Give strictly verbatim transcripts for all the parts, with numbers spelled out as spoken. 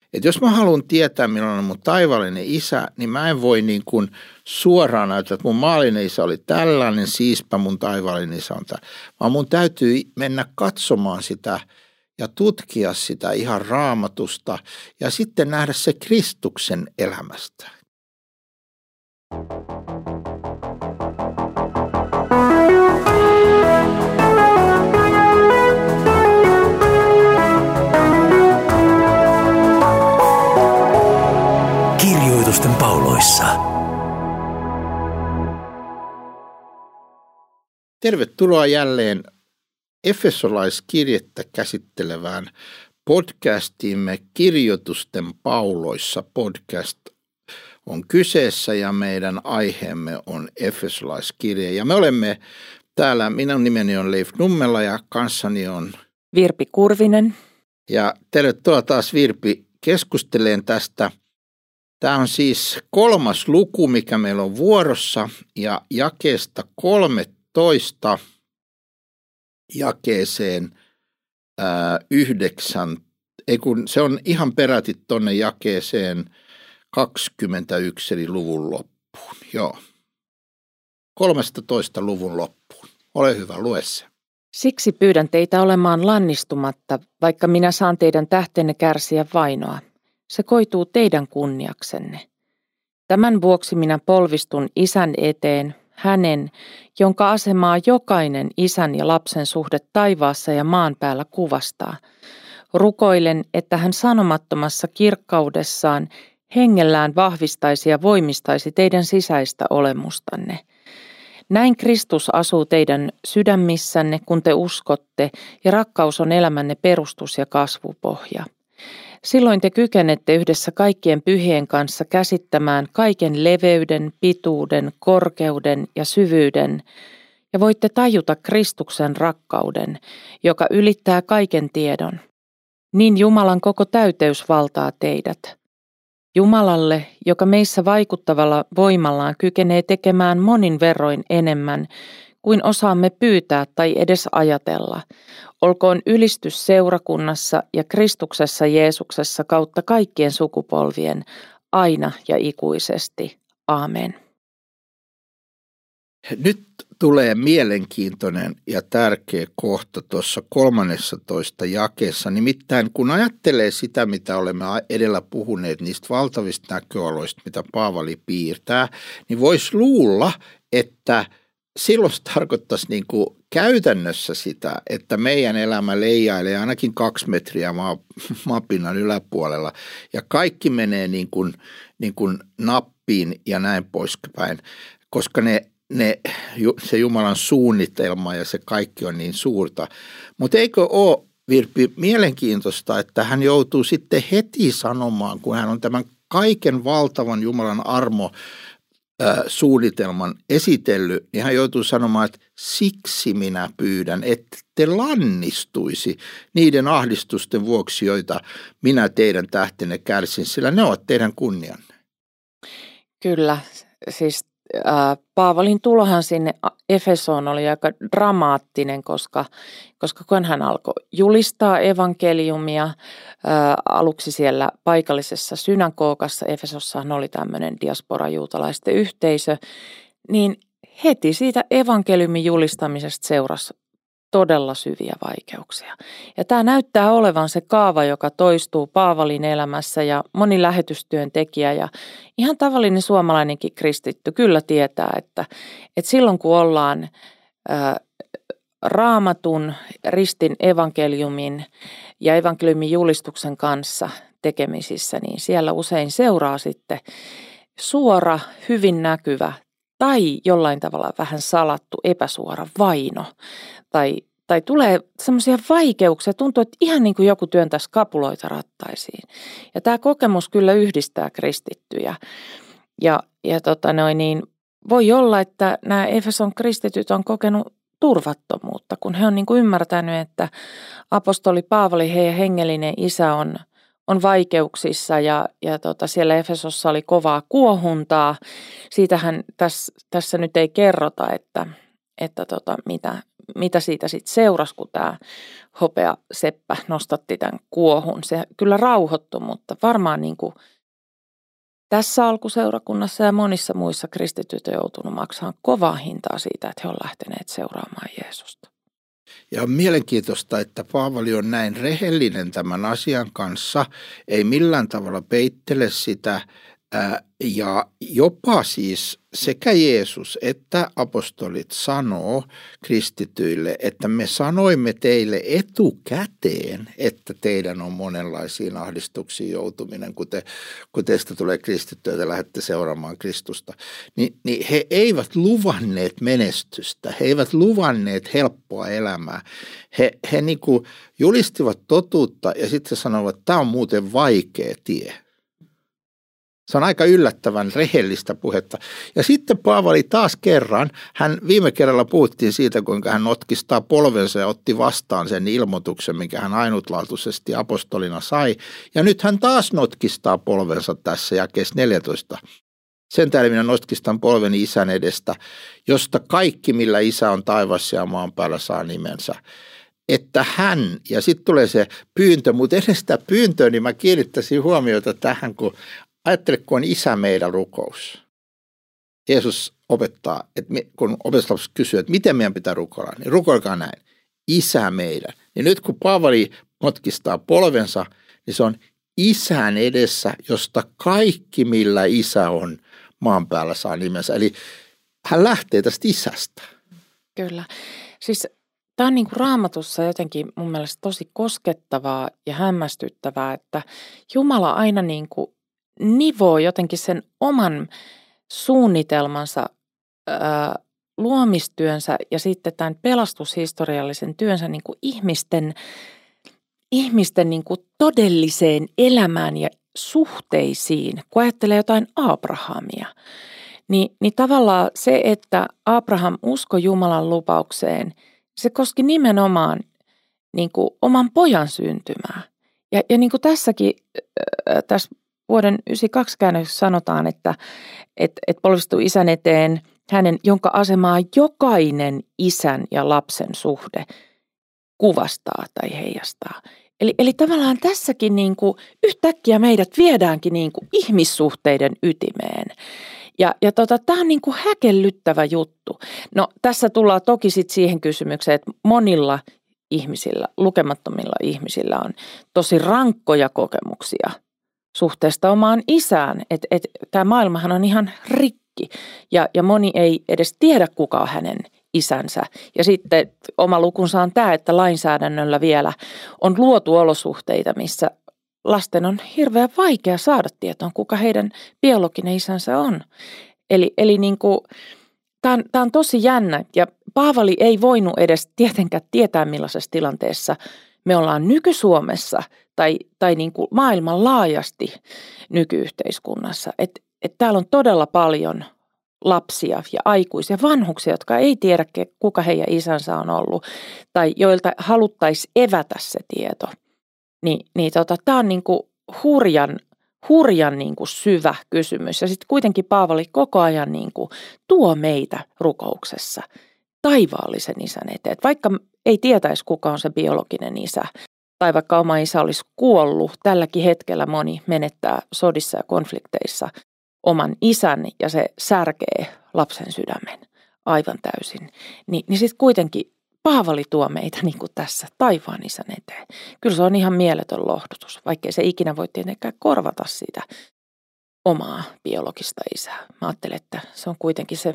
Että jos mä haluan tietää, millainen on mun taivaallinen isä, niin mä en voi niin kuin suoraan näyttää, että mun maallinen isä oli tällainen, siispä mun taivaallinen isä on tämä. Vaan mun täytyy mennä katsomaan sitä ja tutkia sitä ihan Raamatusta ja sitten nähdä se Kristuksen elämästä. Kirjoitusten pauloissa. Tervetuloa jälleen Efesolaiskirjettä käsittelevään podcastiimme Kirjoitusten pauloissa. Podcast on kyseessä ja meidän aiheemme on Efesolaiskirje. Ja me olemme täällä, minun nimeni on Leif Nummela ja kanssani on Virpi Kurvinen. Ja tervetuloa taas Virpi keskusteleen tästä. Tämä on siis kolmas luku, mikä meillä on vuorossa ja jakeesta kolmetoista jakeeseen ää, yhdeksän, ei kun se on ihan peräti tuonne jakeeseen kaksikymmentäyksi eli luvun loppuun. Joo, kolmetoista luvun loppuun. Ole hyvä, lue se. Siksi pyydän teitä olemaan lannistumatta, vaikka minä saan teidän tähtenne kärsiä vainoa. Se koituu teidän kunniaksenne. Tämän vuoksi minä polvistun isän eteen, hänen, jonka asemaa jokainen isän ja lapsen suhde taivaassa ja maan päällä kuvastaa. Rukoilen, että hän sanomattomassa kirkkaudessaan hengellään vahvistaisi ja voimistaisi teidän sisäistä olemustanne. Näin Kristus asuu teidän sydämissänne, kun te uskotte, ja rakkaus on elämänne perustus ja kasvupohja. Silloin te kykenette yhdessä kaikkien pyhien kanssa käsittämään kaiken leveyden, pituuden, korkeuden ja syvyyden, ja voitte tajuta Kristuksen rakkauden, joka ylittää kaiken tiedon. Niin Jumalan koko täyteys valtaa teidät. Jumalalle, joka meissä vaikuttavalla voimallaan kykenee tekemään monin verroin enemmän kuin osaamme pyytää tai edes ajatella, olkoon ylistys seurakunnassa ja Kristuksessa Jeesuksessa kautta kaikkien sukupolvien, aina ja ikuisesti. Aamen. Nyt tulee mielenkiintoinen ja tärkeä kohta tuossa kolmannessatoista jakeessa. Nimittäin kun ajattelee sitä, mitä olemme edellä puhuneet, niistä valtavista näköaloista, mitä Paavali piirtää, niin voisi luulla, että silloin se tarkoittaisi niin kuin käytännössä sitä, että meidän elämä leijailee ainakin kaksi metriä maa, maapinnan yläpuolella ja kaikki menee niin kuin, niin kuin nappiin ja näin poispäin, koska ne, ne, se Jumalan suunnitelma ja se kaikki on niin suurta. Mutta eikö ole, Virpi, mielenkiintoista, että hän joutuu sitten heti sanomaan, kun hän on tämän kaiken valtavan Jumalan armo suunnitelman esitellyt, niin hän joutuu sanomaan, että siksi minä pyydän, että te lannistuisi niiden ahdistusten vuoksi, joita minä teidän tähtenne kärsin, sillä ne ovat teidän kunnianne. Kyllä, siis äh, Paavalin tulohan sinne Efesoon oli aika dramaattinen, koska, koska kun hän alkoi julistaa evankeliumia äh, aluksi siellä paikallisessa synagogassa, Efesossahan oli tämmöinen diaspora-juutalaisten yhteisö, niin heti siitä evankeliumin julistamisesta seurasi todella syviä vaikeuksia. Ja tämä näyttää olevan se kaava, joka toistuu Paavalin elämässä ja moni lähetystyöntekijä ja ihan tavallinen suomalainenkin kristitty kyllä tietää, että, että silloin kun ollaan ää, Raamatun, ristin evankeliumin ja evankeliumin julistuksen kanssa tekemisissä, niin siellä usein seuraa sitten suora, hyvin näkyvä tai jollain tavalla vähän salattu epäsuora vaino. Tai, tai tulee semmoisia vaikeuksia, tuntuu, että ihan niin kuin joku työntäisi kapuloita rattaisiin. Ja tämä kokemus kyllä yhdistää kristittyjä. Ja, ja tota noin, niin voi olla, että nämä Efeson kristityt on kokenut turvattomuutta, kun he on niin kuin ymmärtänyt, että apostoli Paavali, heidän hengellinen isä, on, on vaikeuksissa ja, ja tota, siellä Efesossa oli kovaa kuohuntaa. Siitähän tässä, tässä nyt ei kerrota, että, että tota, mitä, mitä siitä sitten seurasi, kun tämä hopea seppä nostatti tämän kuohun. Se kyllä rauhoittui, mutta varmaan niin kuin tässä alkuseurakunnassa ja monissa muissa kristityt on joutunut maksamaan kovaa hintaa siitä, että he on lähteneet seuraamaan Jeesusta. Ja on mielenkiintoista, että Paavali on näin rehellinen tämän asian kanssa, ei millään tavalla peittele sitä ää, ja jopa siis sekä Jeesus että apostolit sanoo kristityille, että me sanoimme teille etukäteen, että teidän on monenlaisiin ahdistuksiin joutuminen, kun, te, kun teistä tulee kristittyä ja lähdette seuraamaan Kristusta. Ni, niin he eivät luvanneet menestystä, he eivät luvanneet helppoa elämää. He, he niin kuin julistivat totuutta ja sitten sanoivat, että tämä on muuten vaikea tie. Se on aika yllättävän rehellistä puhetta. Ja sitten Paavali taas kerran, hän viime kerralla puhuttiin siitä, kuinka hän notkistaa polvensa ja otti vastaan sen ilmoituksen, minkä hän ainutlaatuisesti apostolina sai. Ja nyt hän taas notkistaa polvensa tässä jakeessa neljätoista. Sen tähden minä notkistan polveni isän edestä, josta kaikki, millä isä on taivassa ja maan päällä, saa nimensä. Että hän, ja sitten tulee se pyyntö, mutta ennen sitä pyyntöä, niin mä kiinnittäisin huomiota tähän, kun ajattele, kun on isä meidän rukous. Jeesus opettaa, että kun opetuslapset kysyy, että miten meidän pitää rukoilla, niin rukoilkaa näin. Isä meidän. Ja nyt kun Paavali notkistaa polvensa, niin se on isän edessä, josta kaikki, millä isä on, maan päällä saa nimensä. Eli hän lähtee tästä isästä. Kyllä. Siis tämä on niin kuin Raamatussa jotenkin mun mielestä tosi koskettavaa ja hämmästyttävää, että Jumala aina niin kuin nivoo jotenkin sen oman suunnitelmansa, ää, luomistyönsä ja sitten tämän pelastushistoriallisen työnsä niin kuin ihmisten, ihmisten niin kuin todelliseen elämään ja suhteisiin. Kun ajattelee jotain Abrahamia, niin, niin tavallaan se, että Abraham uskoi Jumalan lupaukseen, se koski nimenomaan niin kuin oman pojan syntymää. Ja, ja niin kuin tässäkin, ää, tässä vuoden yhdeksänkymmentäkaksi käännöksessä sanotaan, että et, et polvistuu isän eteen hänen, jonka asemaa jokainen isän ja lapsen suhde kuvastaa tai heijastaa. Eli, eli tavallaan tässäkin niin kuin yhtäkkiä meidät viedäänkin niin kuin ihmissuhteiden ytimeen. Ja, ja tota, tämä on niin kuin häkellyttävä juttu. No tässä tullaan toki sitten siihen kysymykseen, että monilla ihmisillä, lukemattomilla ihmisillä on tosi rankkoja kokemuksia suhteesta omaan isään, että et, tämä maailmahan on ihan rikki ja, ja moni ei edes tiedä, kuka on hänen isänsä. Ja sitten oma lukunsa on tämä, että lainsäädännöllä vielä on luotu olosuhteita, missä lasten on hirveän vaikea saada tietoon, kuka heidän biologinen isänsä on. Eli, eli niin kuin, tämä on, tämä on tosi jännä ja Paavali ei voinut edes tietenkään tietää, millaisessa tilanteessa me ollaan nyky-Suomessa tai, tai niin kuin maailmanlaajasti nykyyhteiskunnassa. Että et täällä on todella paljon lapsia ja aikuisia, vanhuksia, jotka ei tiedä, kuka heidän isänsä on ollut tai joilta haluttaisiin evätä se tieto. Ni, niin tota, tämä on niin kuin hurjan, hurjan niin kuin syvä kysymys. Ja sitten kuitenkin Paavali koko ajan niin kuin tuo meitä rukouksessa taivaallisen isän eteen. Et vaikka ei tietäisi, kuka on se biologinen isä, tai vaikka oma isä olisi kuollut, tälläkin hetkellä moni menettää sodissa ja konflikteissa oman isän ja se särkee lapsen sydämen aivan täysin. Ni, niin sitten kuitenkin Paavali tuo meitä niin kuin tässä taivaan isän eteen. Kyllä se on ihan mieletön lohdutus, vaikkei se ikinä voi tietenkään korvata sitä omaa biologista isää. Mä ajattelen, että se on kuitenkin se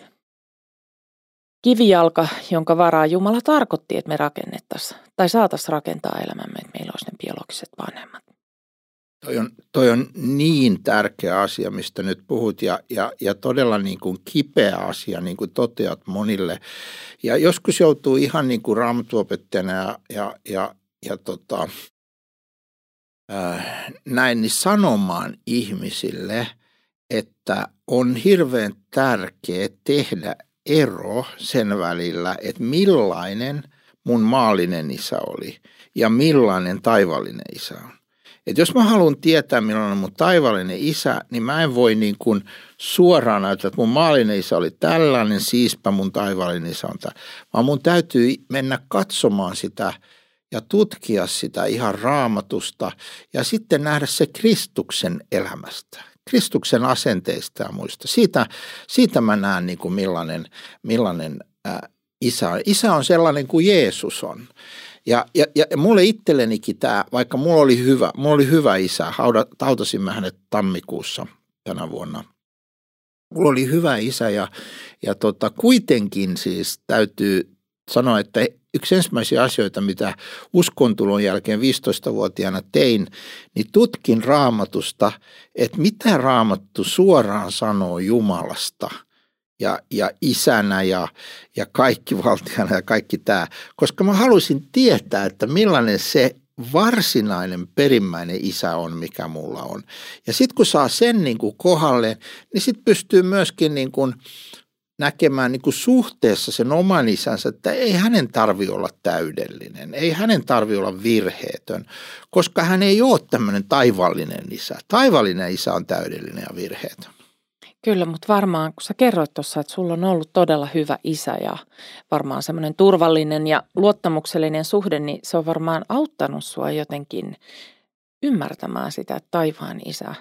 kivijalka, jonka varaa Jumala tarkoitti, että me rakennettaisiin tai saataisiin rakentaa elämämme, että meillä olisi ne biologiset vanhemmat. Toi on, toi on niin tärkeä asia, mistä nyt puhut ja, ja, ja todella niin kuin kipeä asia, niin kuin toteat monille. Ja joskus joutuu ihan niin kuin raamattuopettajana ja, ja, ja, ja tota, ää, näin niin sanomaan ihmisille, että on hirveän tärkeä tehdä ero sen välillä, että millainen mun maallinen isä oli ja millainen taivallinen isä on. Että jos mä haluan tietää, millainen on mun taivaallinen isä, niin mä en voi niin kuin suoraan näyttää, että mun maallinen isä oli tällainen, siispä mun taivaallinen isä on tämä. Vaan mun täytyy mennä katsomaan sitä ja tutkia sitä ihan Raamatusta ja sitten nähdä se Kristuksen elämästä, Kristuksen asenteista ja muista. Siitä, siitä mä näen niin kuin millainen, millainen ää, isä on. Isä on sellainen kuin Jeesus on. Ja, ja, ja mulle itsellenikin tämä, vaikka mulla oli hyvä, mulla oli hyvä isä, hautasimme hänet tammikuussa tänä vuonna. Mulla oli hyvä isä ja, ja tota, kuitenkin siis täytyy sanoa, että yksi ensimmäisiä asioita, mitä uskontulon jälkeen viisitoistavuotiaana tein, niin tutkin Raamatusta, että mitä Raamattu suoraan sanoo Jumalasta ja, ja isänä ja, ja kaikkivaltiana ja kaikki tämä. Koska mä halusin tietää, että millainen se varsinainen perimmäinen isä on, mikä mulla on. Ja sitten kun saa sen niin kuin kohdalle, niin sitten pystyy myöskin niin kuin näkemään niin kuin suhteessa sen oman isänsä, että ei hänen tarvitse olla täydellinen, ei hänen tarvitse olla virheetön, koska hän ei ole tämmöinen taivaallinen isä. Taivaallinen isä on täydellinen ja virheetön. Kyllä, mutta varmaan kun sä kerroit tuossa, että sulla on ollut todella hyvä isä ja varmaan semmoinen turvallinen ja luottamuksellinen suhde, niin se on varmaan auttanut sua jotenkin ymmärtämään sitä, että taivaan isä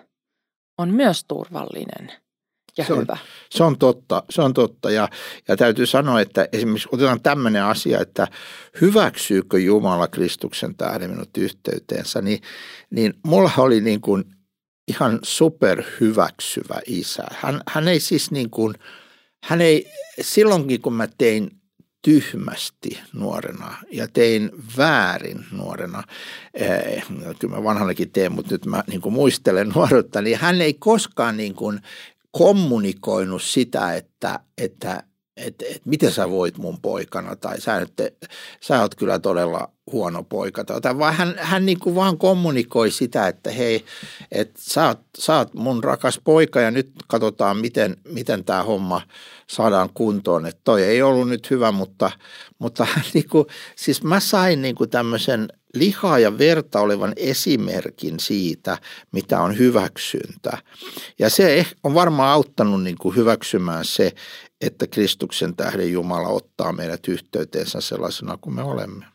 on myös turvallinen ja se on, hyvä. Se on totta, se on totta ja, ja täytyy sanoa, että esimerkiksi otetaan tämmöinen asia, että hyväksyykö Jumala Kristuksen tähden minut yhteyteensä, niin, niin mulla oli niin kuin ihan superhyväksyvä isä. Hän, hän ei siis niin kuin, hän ei, silloinkin kun mä tein tyhmästi nuorena ja tein väärin nuorena, eh, kyllä mä vanhallakin teen, mutta nyt mä niin kuin muistelen nuoruutta, niin hän ei koskaan niin kuin kommunikoinut sitä, että, että että et, miten sä voit mun poikana tai sä, nyt, sä oot kyllä todella huono poika. Tai, vaan hän, hän niin kuin vaan kommunikoi sitä, että hei, että sä oot, sä oot mun rakas poika ja nyt katsotaan, miten, miten tämä homma saadaan kuntoon. Että toi ei ollut nyt hyvä, mutta, mutta hän niin kuin, siis mä sain niin kuin tämmöisen lihaa ja verta olevan esimerkin siitä, mitä on hyväksyntä. Ja se on varmaan auttanut niin kuin hyväksymään se, että Kristuksen tähden Jumala ottaa meidät yhteyteensä sellaisena kuin me olemme.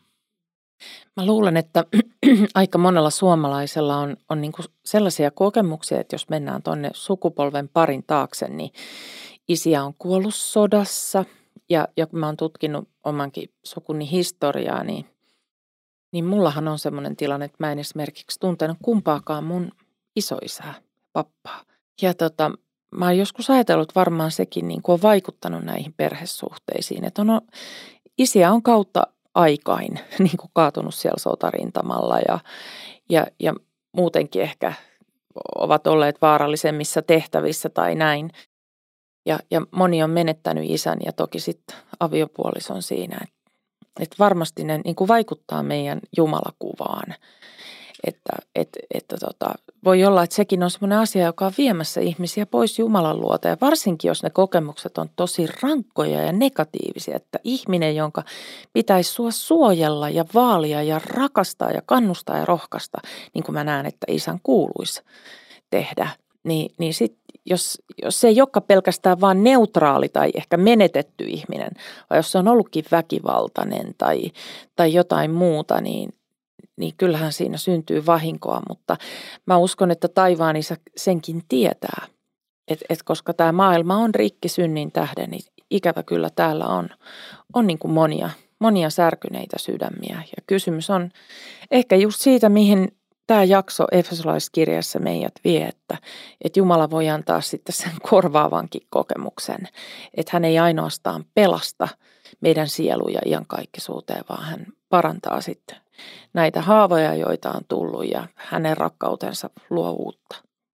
Mä luulen, että aika monella suomalaisella on, on niin kuin sellaisia kokemuksia, että jos mennään tuonne sukupolven parin taakse, niin isiä on kuollut sodassa. Ja, ja kun mä oon tutkinut omankin sukuni historiaa, niin, niin mullahan on semmoinen tilanne, että mä en esimerkiksi tuntenut kumpaakaan mun isoisää, pappaa. Ja tota, mä oon joskus ajatellut, varmaan sekin niin kuin on vaikuttanut näihin perhesuhteisiin, että on, isiä on kautta aikain niin kuin kaatunut siellä sotarintamalla ja, ja, ja muutenkin ehkä ovat olleet vaarallisemmissa tehtävissä tai näin. Ja, ja moni on menettänyt isän ja toki sitten aviopuolison siinä, että, että varmasti ne niin kuin vaikuttaa meidän jumalakuvaan. Että, että, että tota, voi olla, että sekin on sellainen asia, joka on viemässä ihmisiä pois Jumalan luota. Ja varsinkin, jos ne kokemukset on tosi rankkoja ja negatiivisia, että ihminen, jonka pitäisi sua suojella ja vaalia ja rakastaa ja kannustaa ja rohkaista, niin kuin mä näen, että isän kuuluisi tehdä, niin, niin sitten jos, jos se ei olekaan pelkästään vaan neutraali tai ehkä menetetty ihminen, vai jos se on ollutkin väkivaltainen tai, tai jotain muuta, niin niin kyllähän siinä syntyy vahinkoa, mutta mä uskon, että taivaan isä senkin tietää, että et koska tämä maailma on rikki synnin tähden, niin ikävä kyllä täällä on, on niin kuin monia, monia särkyneitä sydämiä. Ja kysymys on ehkä just siitä, mihin tämä jakso Efesolaiskirjassa meidät vie, että, että Jumala voi antaa sitten sen korvaavankin kokemuksen, että hän ei ainoastaan pelasta meidän sieluja iankaikkisuuteen, vaan hän parantaa sitten näitä haavoja, joita on tullut ja hänen rakkautensa luo uutta.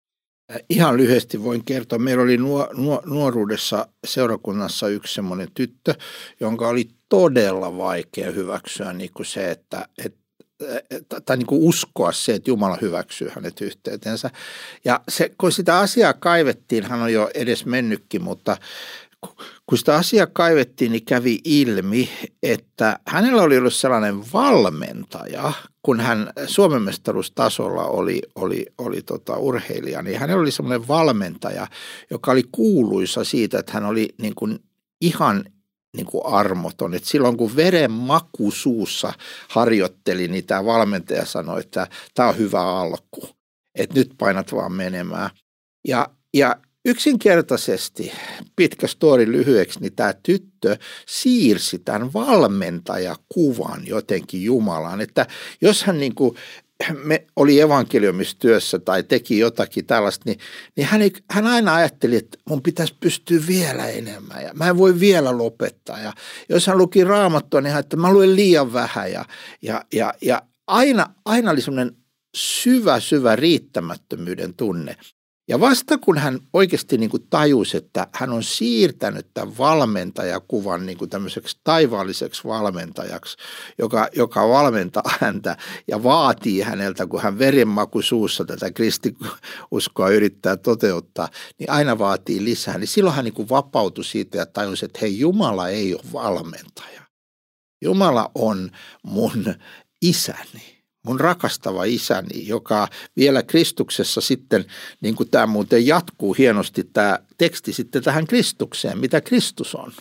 Ihan lyhyesti voin kertoa. Meillä oli nuo, nuo, nuoruudessa seurakunnassa yksi semmoinen tyttö, jonka oli todella vaikea hyväksyä niin kuin se, että, että tai niin kuin uskoa se, että Jumala hyväksyy hänet yhteytensä. Ja se, kun sitä asiaa kaivettiin, hän on jo edes mennytkin, mutta kun sitä asiaa kaivettiin, niin kävi ilmi, että hänellä oli ollut sellainen valmentaja, kun hän Suomen mestaruustasolla oli, oli, oli tota urheilija, niin hänellä oli sellainen valmentaja, joka oli kuuluisa siitä, että hän oli niin kuin ihan niin kuin armoton. Et silloin kun veren maku suussa harjoitteli, niin tämä valmentaja sanoi, että tämä on hyvä alku, että nyt painat vaan menemään. Ja, ja yksinkertaisesti, pitkä story lyhyeksi, niin tämä tyttö siirsi tämän valmentajakuvan jotenkin Jumalaan. Että jos hän niin kuin me oli evankeliumistyössä tai teki jotakin tällaista, niin, niin hän, ei, hän aina ajatteli, että mun pitäisi pystyä vielä enemmän ja mä en voi vielä lopettaa. Ja jos hän luki Raamattua, niin hän että mä luen liian vähän ja, ja, ja, ja aina, aina oli semmoinen syvä, syvä riittämättömyyden tunne. Ja vasta kun hän oikeasti niin kuin tajusi, että hän on siirtänyt tämän valmentajakuvan niin kuin tämmöiseksi taivaalliseksi valmentajaksi, joka, joka valmentaa häntä ja vaatii häneltä, kun hän verenmaku suussa tätä kristinuskoa yrittää toteuttaa, niin aina vaatii lisää. Niin silloin hän niin kuin vapautui siitä ja tajusi, että hei, Jumala ei ole valmentaja. Jumala on mun isäni. Mun rakastava isäni, joka vielä Kristuksessa sitten, niin kuin tämä muuten jatkuu hienosti tämä teksti sitten tähän Kristukseen, mitä Kristus on.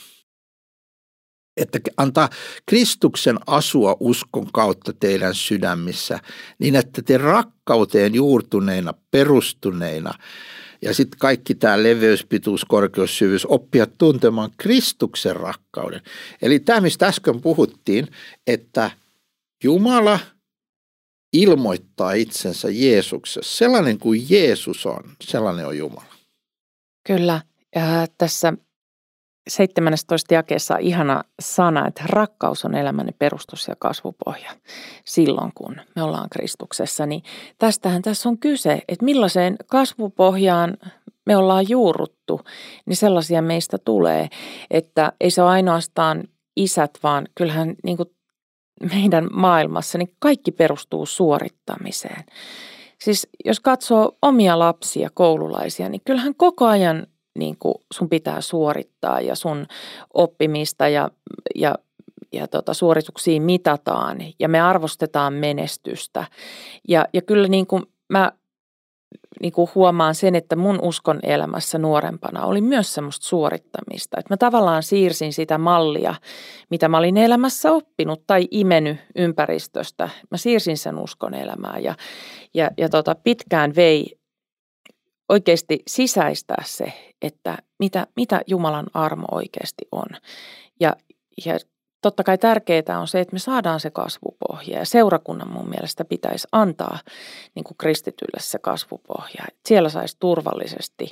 Että antaa Kristuksen asua uskon kautta teidän sydämissä, niin että te rakkauteen juurtuneina, perustuneina, ja sitten kaikki tämä leveys, pituus, korkeus, syvyys, oppia tuntemaan Kristuksen rakkauden. Eli tämä, mistä äsken puhuttiin, että Jumala ilmoittaa itsensä Jeesuksessa. Sellainen kuin Jeesus on, sellainen on Jumala. Kyllä. Ja tässä seitsemästoista jakeessa on ihana sana, että rakkaus on elämäni perustus ja kasvupohja silloin, kun me ollaan Kristuksessa. Niin tästähän tässä on kyse, että millaiseen kasvupohjaan me ollaan juurruttu, niin sellaisia meistä tulee, että ei se ole ainoastaan isät, vaan kyllähän niin kuin meidän maailmassa, niin kaikki perustuu suorittamiseen. Siis jos katsoo omia lapsia, koululaisia, niin kyllähän koko ajan niin kuin sun pitää suorittaa ja sun oppimista ja, ja, ja tota, suorituksia mitataan ja me arvostetaan menestystä. Ja, ja kyllä niin kuin mä niin kuin huomaan sen, että mun uskon elämässä nuorempana oli myös semmoista suorittamista. Että mä tavallaan siirsin sitä mallia, mitä mä olin elämässä oppinut tai imennyt ympäristöstä. Mä siirsin sen uskon elämään ja, ja, ja tota, pitkään vei oikeasti sisäistää se, että mitä, mitä Jumalan armo oikeasti on. Ja, ja totta kai tärkeää on se, että me saadaan se kasvupohja ja seurakunnan mun mielestä pitäisi antaa niin kuin kristitylle se kasvupohja. Että siellä saisi turvallisesti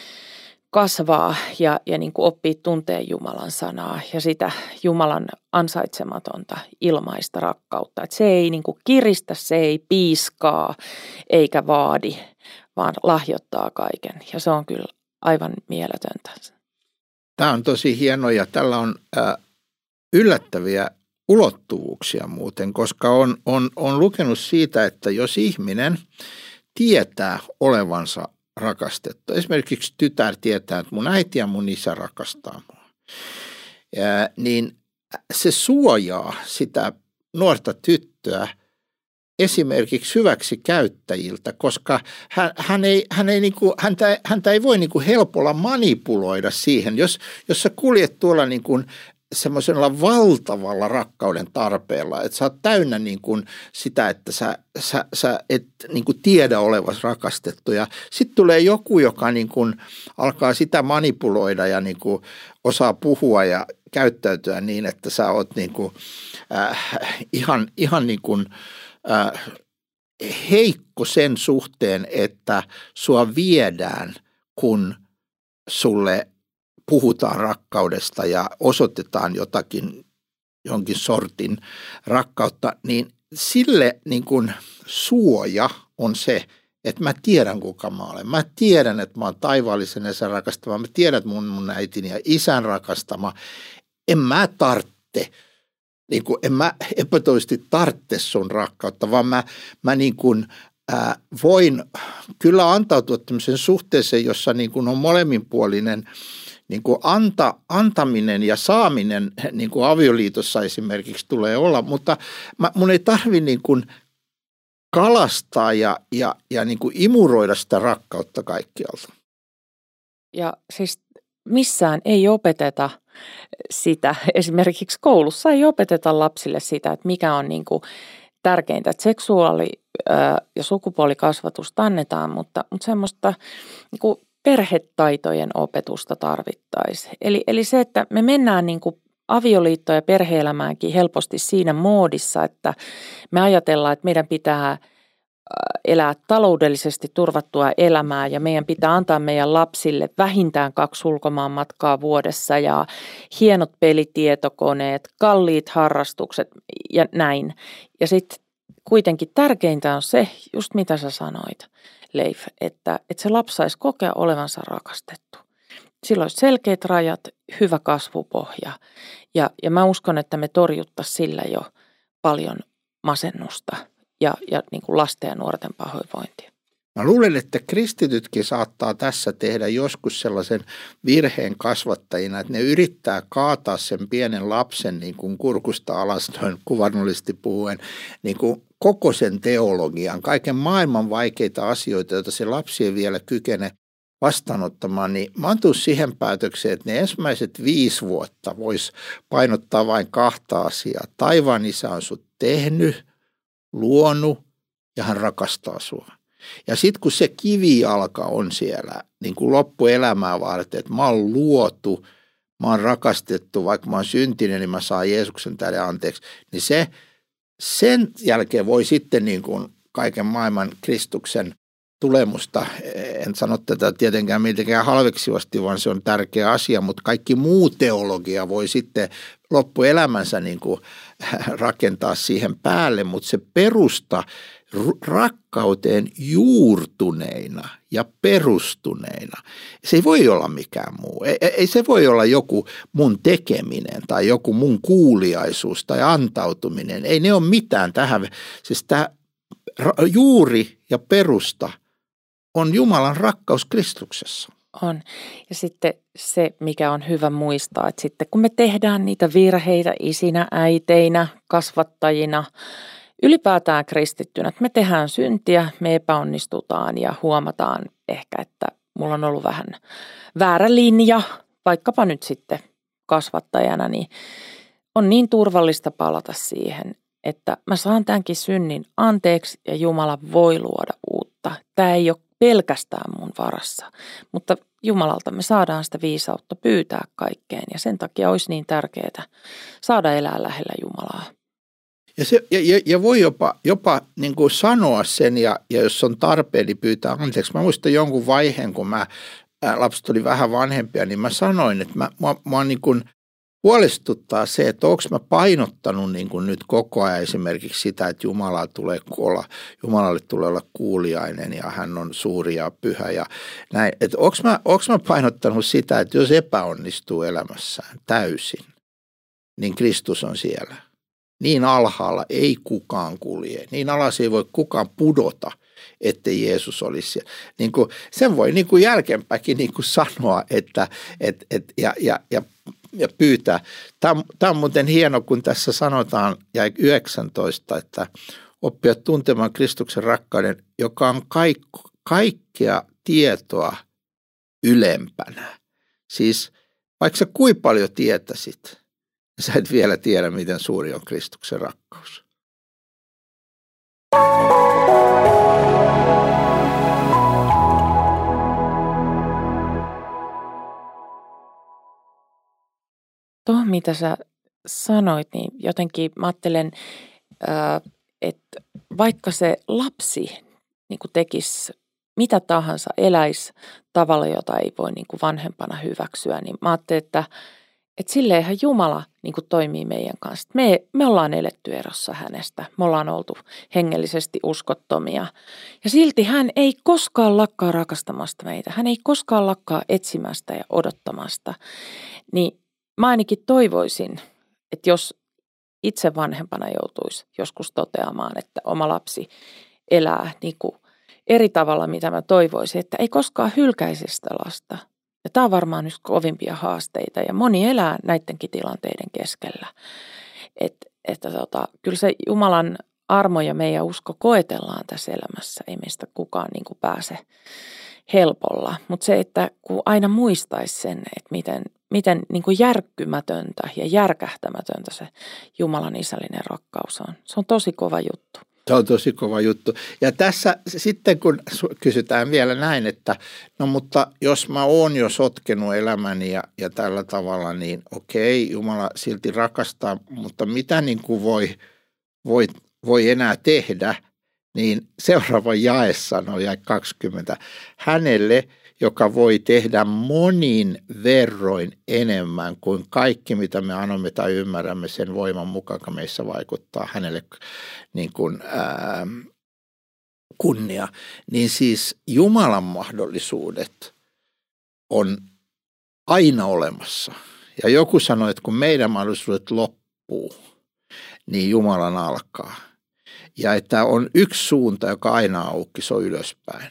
kasvaa ja, ja niin kuin oppia tunteen Jumalan sanaa ja sitä Jumalan ansaitsematonta ilmaista rakkautta. Että se ei niin kuin kiristä, se ei piiskaa eikä vaadi, vaan lahjoittaa kaiken ja se on kyllä aivan mieletöntä. Tämä on tosi hieno ja tällä on äh, yllättäviä ulottuvuuksia muuten, koska on, on, on lukenut siitä, että jos ihminen tietää olevansa rakastettu, esimerkiksi tytär tietää, että mun äiti ja mun isä rakastaa mua, ja, niin se suojaa sitä nuorta tyttöä esimerkiksi hyväksi käyttäjiltä, koska hän, hän ei, hän ei niin kuin, häntä, häntä ei voi niin kuin helpolla manipuloida siihen. Jos, jos sä kuljet tuolla niin kuin semmoisella valtavalla rakkauden tarpeella, että sä oot täynnä niin kuin sitä, että sä, sä, sä et niin kuin tiedä olevasi rakastettu. Ja sitten tulee joku, joka niin kuin alkaa sitä manipuloida ja niin kuin osaa puhua ja käyttäytyä niin, että sä oot niin kuin, äh, ihan, ihan niin kuin Äh, heikko sen suhteen, että sua viedään, kun sulle puhutaan rakkaudesta ja osoitetaan jotakin, jonkin sortin rakkautta, niin sille niin kuin suoja on se, että mä tiedän kuka mä olen. Mä tiedän, että mä oon taivaallisen isän rakastama. Mä tiedän, että mun, mun äitini ja isän rakastama. En mä tarvitse. Niin kuin en mä epätoisesti tarvitse sun rakkautta, vaan mä, mä niin kuin, ää, voin kyllä antautua tämmöiseen suhteeseen, jossa niin kuin on molemminpuolinen niin kuin anta, antaminen ja saaminen niin kuin avioliitossa esimerkiksi tulee olla, mutta mä, mun ei tarvi niin kuin kalastaa ja, ja, ja niin kuin imuroida sitä rakkautta kaikkialta. Ja siis missään ei opeteta sitä, esimerkiksi koulussa ei opeteta lapsille sitä, että mikä on niin kuin tärkeintä, että seksuaali- ja sukupuolikasvatusta annetaan, mutta, mutta semmoista niin kuin perhetaitojen opetusta tarvittaisiin. Eli, eli se, että me mennään niin kuin avioliittoon ja perhe-elämäänkin helposti siinä moodissa, että me ajatellaan, että meidän pitää elää taloudellisesti turvattua elämää ja meidän pitää antaa meidän lapsille vähintään kaksi ulkomaanmatkaa vuodessa ja hienot pelitietokoneet, kalliit harrastukset ja näin. Ja sitten kuitenkin tärkeintä on se, just mitä sä sanoit, Leif, että, että se lapsi saisi kokea olevansa rakastettu. Silloin olisi selkeät rajat, hyvä kasvupohja ja, ja mä uskon, että me torjuttaisiin sillä jo paljon masennusta ja, ja niin kuin lasten ja nuorten pahoinvointia. Mä luulen, että kristitytkin saattaa tässä tehdä joskus sellaisen virheen kasvattajina, että ne yrittää kaataa sen pienen lapsen niin kuin kurkusta alas, noin kuvannollisesti puhuen, niin kuin koko sen teologian, kaiken maailman vaikeita asioita, joita se lapsi ei vielä kykene vastaanottamaan, niin mä oon tullut siihen päätökseen, että ne ensimmäiset viisi vuotta vois painottaa vain kahta asiaa. Taivaan Isä on sut tehnyt, luonut ja hän rakastaa sua. Ja sitten kun se kivijalka on siellä niin kuin loppuelämää varten, että mä oon luotu, mä oon rakastettu, vaikka mä oon syntinen, niin mä saan Jeesuksen tälle anteeksi, niin se, sen jälkeen voi sitten niin kuin kaiken maailman Kristuksen tulemusta, en sano tätä tietenkään mitenkään halveksivasti, vaan se on tärkeä asia, mutta kaikki muu teologia voi sitten loppuelämänsä niin kuin rakentaa siihen päälle, mutta se perusta rakkauteen juurtuneina ja perustuneina, se ei voi olla mikään muu. Ei, ei se voi olla joku mun tekeminen tai joku mun kuuliaisuus tai antautuminen. Ei ne ole mitään tähän. Siis tämä juuri ja perusta on Jumalan rakkaus Kristuksessa. On. Ja sitten se, mikä on hyvä muistaa, että sitten kun me tehdään niitä virheitä isinä, äiteinä, kasvattajina, ylipäätään kristittynä, että me tehdään syntiä, me epäonnistutaan ja huomataan ehkä, että mulla on ollut vähän väärä linja, vaikkapa nyt sitten kasvattajana, niin on niin turvallista palata siihen, että mä saan tämänkin synnin anteeksi ja Jumala voi luoda uutta. Tämä ei ole pelkästään mun varassa, mutta Jumalalta me saadaan sitä viisautta pyytää kaikkeen ja sen takia olisi niin tärkeää saada elää lähellä Jumalaa. Ja, se, ja, ja voi jopa, jopa niin kuin sanoa sen ja, ja jos on tarpeen, niin pyytää anteeksi. Mä muistan jonkun vaiheen, kun mä, ää, lapset oli vähän vanhempia, niin mä sanoin, että mä, mä, mä niin kuin huolestuttaa se, että onko mä painottanut niin kuin nyt koko ajan esimerkiksi sitä, että Jumala tulee olla, Jumalalle tulee olla kuuliainen ja hän on suuri ja pyhä ja näin. Että onko mä, onko mä painottanut sitä, että jos epäonnistuu elämässään täysin, niin Kristus on siellä. Niin alhaalla ei kukaan kulje, niin alas ei voi kukaan pudota, ettei Jeesus olisi siellä. Niin kuin, sen voi niin kuin jälkeenpäinkin niin kuin sanoa että, et, et, ja, ja, ja, ja pyytää. Tämä, tämä on muuten hieno, kun tässä sanotaan jäi yhdeksäntoista, että oppia tuntemaan Kristuksen rakkauden, joka on kaik, kaikkea tietoa ylempänä. Siis vaikka sä kuinka paljon tietäisit, sä et vielä tiedä, miten suuri on Kristuksen rakkaus. Tuohon, mitä sä sanoit, niin jotenkin mä ajattelen, että vaikka se lapsi niin kuin tekisi mitä tahansa, eläisi tavalla, jota ei voi niin kuin vanhempana hyväksyä, niin mä ajattelen, että Että silleenhän Jumala niin kuin toimii meidän kanssa. Me, me ollaan eletty erossa hänestä. Me ollaan oltu hengellisesti uskottomia. Ja silti hän ei koskaan lakkaa rakastamasta meitä. Hän ei koskaan lakkaa etsimästä ja odottamasta. Niin mä ainakin toivoisin, että jos itse vanhempana joutuisi joskus toteamaan, että oma lapsi elää niin kuin eri tavalla, mitä mä toivoisin, että ei koskaan hylkäisi sitä lasta. Ja tämä on varmaan yksi kovimpia haasteita ja moni elää näidenkin tilanteiden keskellä. Et, että tota, kyllä se Jumalan armo ja meidän usko koetellaan tässä elämässä, ei meistä kukaan niin kuin pääse helpolla. Mutta se, että kun aina muistaisi sen, että miten, miten niin kuin järkkymätöntä ja järkähtämätöntä se Jumalan isällinen rakkaus on. Se on tosi kova juttu. Se on tosi kova juttu. Ja tässä sitten kun kysytään vielä näin, että no mutta jos mä oon jo sotkenut elämäni ja, ja tällä tavalla, niin okei, Jumala silti rakastaa, mutta mitä niin kuin voi, voi, voi enää tehdä, niin seuraava jae sanoo, jae kaksikymmentä, hänelle, joka voi tehdä monin verroin enemmän kuin kaikki, mitä me anomme tai ymmärrämme sen voiman mukaan, joka meissä vaikuttaa hänelle niin kuin, ää, kunnia. Niin siis Jumalan mahdollisuudet on aina olemassa. Ja joku sanoi, että kun meidän mahdollisuudet loppuu, niin Jumalan alkaa. Ja että on yksi suunta, joka aina auki, se on ylöspäin.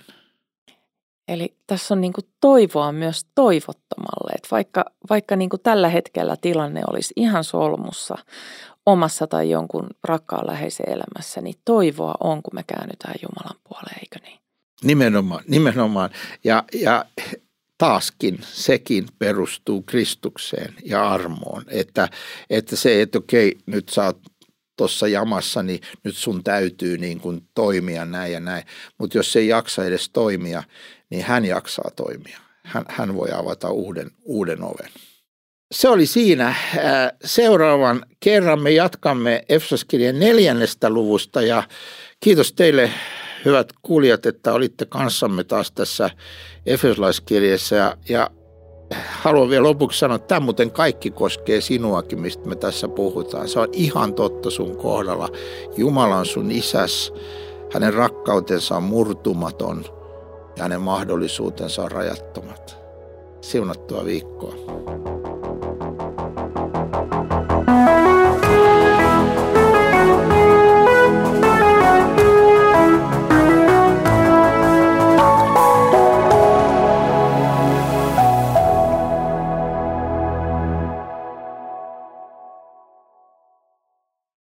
Eli tässä on niin kuin toivoa myös toivottomalle, että vaikka, vaikka niin kuin tällä hetkellä tilanne olisi ihan solmussa omassa tai jonkun rakkaan läheisen elämässä, niin toivoa on, kun me käännytään Jumalan puoleen, eikö niin? Nimenomaan, nimenomaan. Ja, ja taaskin sekin perustuu Kristukseen ja armoon, että, että se, että okei, nyt sä oot tuossa jamassa, niin nyt sun täytyy niin kuin toimia näin ja näin. Mutta jos se ei jaksa edes toimia, niin hän jaksaa toimia. Hän, hän voi avata uuden, uuden oven. Se oli siinä. Seuraavan kerran me jatkamme Efesoskirjan neljännestä luvusta ja kiitos teille hyvät kuulijat, että olitte kanssamme taas tässä Efesolaiskirjassa ja, ja haluan vielä lopuksi sanoa, että tämä muuten kaikki koskee sinuakin, mistä me tässä puhutaan. Se on ihan totta sun kohdalla. Jumala on sun isäs, hänen rakkautensa on murtumaton ja hänen mahdollisuutensa on rajattomat. Siunattua viikkoa.